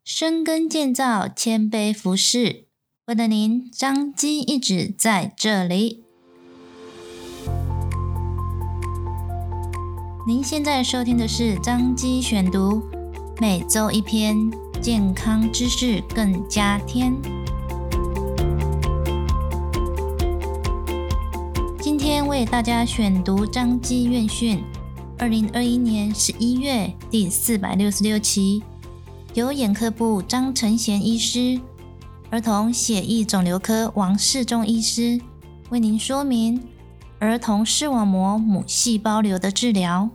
深耕建造，谦卑服侍，为了您，张基一直在这里。您现在收听的是张基选读，每周一篇健康知识更加添。今天为大家选读张基院讯2021年11月第466期，由眼科部张承贤医师、儿童血液肿瘤科王世忠医师为您说明儿童视网膜母细胞瘤的治疗。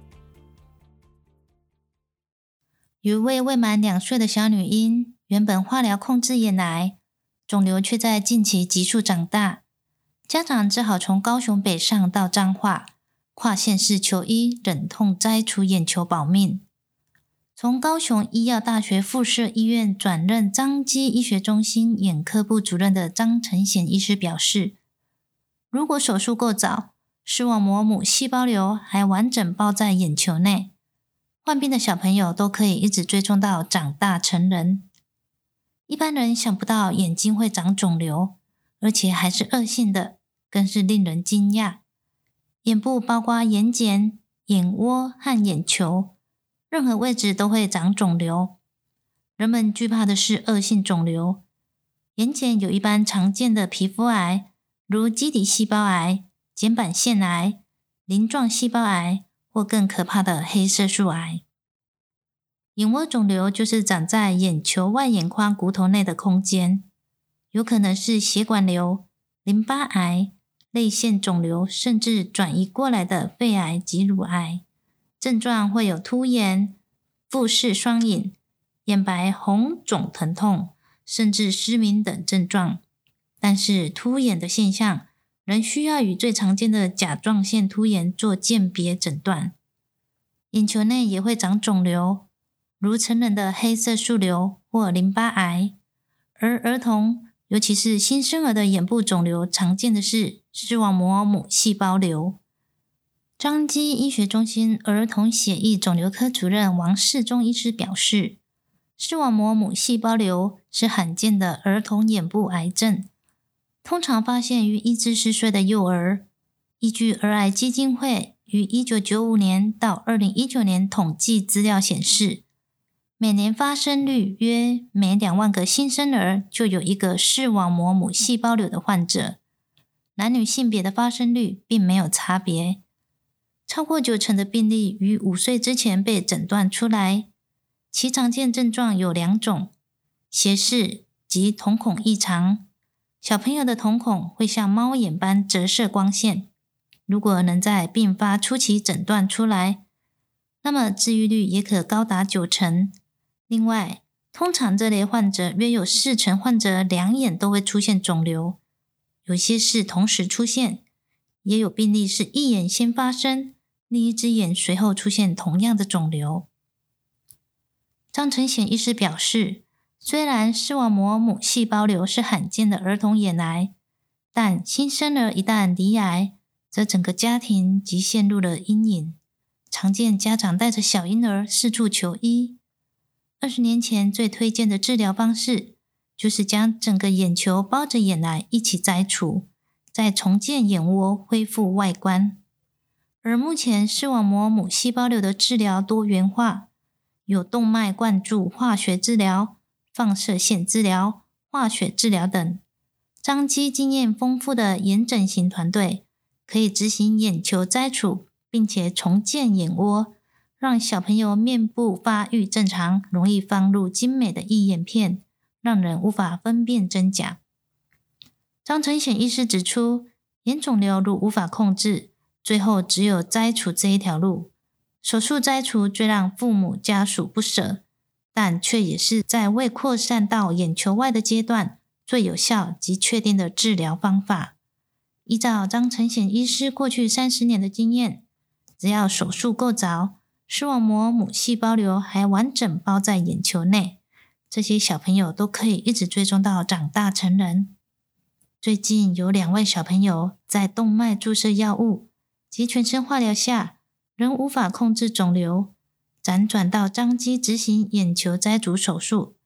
有一位未满2岁的小女婴，原本化疗控制眼癌，肿瘤却在近期急速长大，家长只好从高雄北上到彰化，跨县市求医，忍痛摘除眼球保命。从高雄医药大学附设医院转任张基医学中心眼科部主任的张承贤医师表示，如果手术够早，视网膜母细胞瘤还完整包在眼球内，患病的小朋友都可以一直追踪到长大成人。一般人想不到眼睛会长肿瘤，而且还是恶性的，更是令人惊讶。眼部包括眼睑、眼窝和眼球，任何位置都会长肿瘤。人们惧怕的是恶性肿瘤。眼睑有一般常见的皮肤癌，如基底细胞癌、睑板腺癌、鳞状细胞癌或更可怕的黑色素癌。眼窝肿瘤就是长在眼球外眼眶骨头内的空间，有可能是血管瘤、淋巴癌、泪腺肿瘤，甚至转移过来的肺癌及乳癌。症状会有凸眼、复视双眼、眼白红肿疼痛，甚至失明等症状。但是凸眼的现象仍需要与最常见的甲状腺突眼做鉴别诊断。眼球内也会长肿瘤，如成人的黑色素瘤或淋巴癌，而儿童，尤其是新生儿的眼部肿瘤，常见的是视网膜母细胞瘤。张基医学中心儿童血液肿瘤科主任王世忠医师表示，视网膜母细胞瘤是罕见的儿童眼部癌症，通常发现于1至4岁的幼儿。依据儿癌基金会于1995年到2019年统计资料显示，每年发生率约每2万个新生儿就有一个视网膜母细胞瘤的患者，男女性别的发生率并没有差别。超过90%的病例于5岁之前被诊断出来，其常见症状有2种：斜视及瞳孔异常。小朋友的瞳孔会像猫眼般折射光线，如果能在病发初期诊断出来，那么治愈率也可高达90%。另外，通常这类患者约有40%患者2眼都会出现肿瘤，有些是同时出现，也有病例是1眼先发生，另一只眼随后出现同样的肿瘤。张承贤医师表示，虽然视网膜母细胞瘤是罕见的儿童眼癌，但新生儿一旦罹癌，则整个家庭即陷入了阴影。常见家长带着小婴儿四处求医。20年前最推荐的治疗方式，就是将整个眼球包着眼癌一起摘除，再重建眼窝，恢复外观。而目前视网膜母细胞瘤的治疗多元化，有动脉灌注化学治疗、放射线治疗、化学治疗等。张基经验丰富的眼整形团队可以执行眼球摘除，并且重建眼窝，让小朋友面部发育正常，容易放入精美的义眼片，让人无法分辨真假。张承贤医师指出，眼肿瘤如无法控制，最后只有摘除这一条路。手术摘除最让父母家属不舍，但却也是在未扩散到眼球外的阶段最有效及确定的治疗方法。依照张承贤医师过去30年的经验，只要手术够早，视网膜母细胞瘤还完整包在眼球内，这些小朋友都可以一直追踪到长大成人。最近有2位小朋友在动脉注射药物及全身化疗下，仍无法控制肿瘤，辗转到张基执行眼球摘除手术，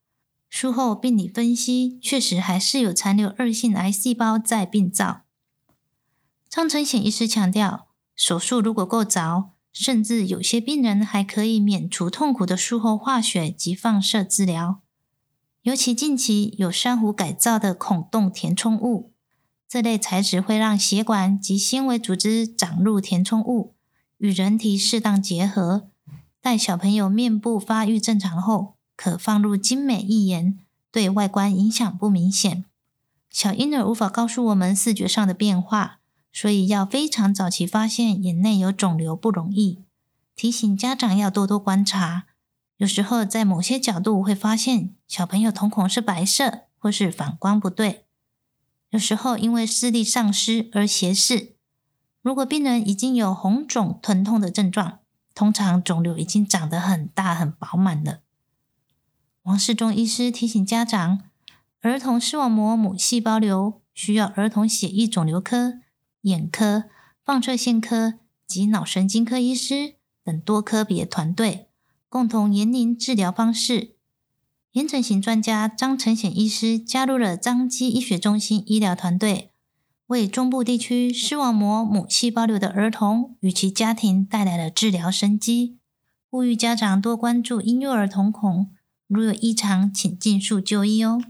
术后病理分析确实还是有残留恶性癌细胞在病灶。张承显医师强调，手术如果够早，甚至有些病人还可以免除痛苦的术后化学及放射治疗。尤其近期有珊瑚改造的孔洞填充物，这类材质会让血管及纤维组织长入填充物，与人体适当结合，待小朋友面部发育正常后，可放入精美义眼，对外观影响不明显。小婴儿无法告诉我们视觉上的变化，所以要非常早期发现眼内有肿瘤不容易，提醒家长要多多观察。有时候在某些角度会发现小朋友瞳孔是白色或是反光不对，有时候因为视力丧失而斜视。如果病人已经有红肿疼痛的症状，通常肿瘤已经长得很大很饱满了。王世忠医师提醒家长，儿童视网膜母细胞瘤需要儿童血液肿瘤科、眼科、放射线科及脑神经科医师等多科别团队共同研拟治疗方式。眼整形专家张承显医师加入了彰基医学中心医疗团队，为中部地区视网膜母细胞瘤的儿童与其家庭带来了治疗生机，呼吁家长多关注婴幼儿瞳孔，如有异常请尽速就医哦。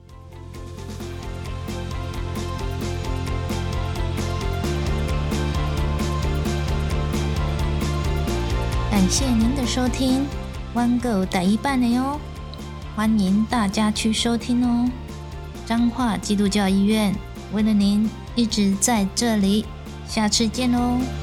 感谢您的收听，弯狗第一半的哟，欢迎大家去收听哦。彰化基督教医院为了您一直在这里，下次见喽。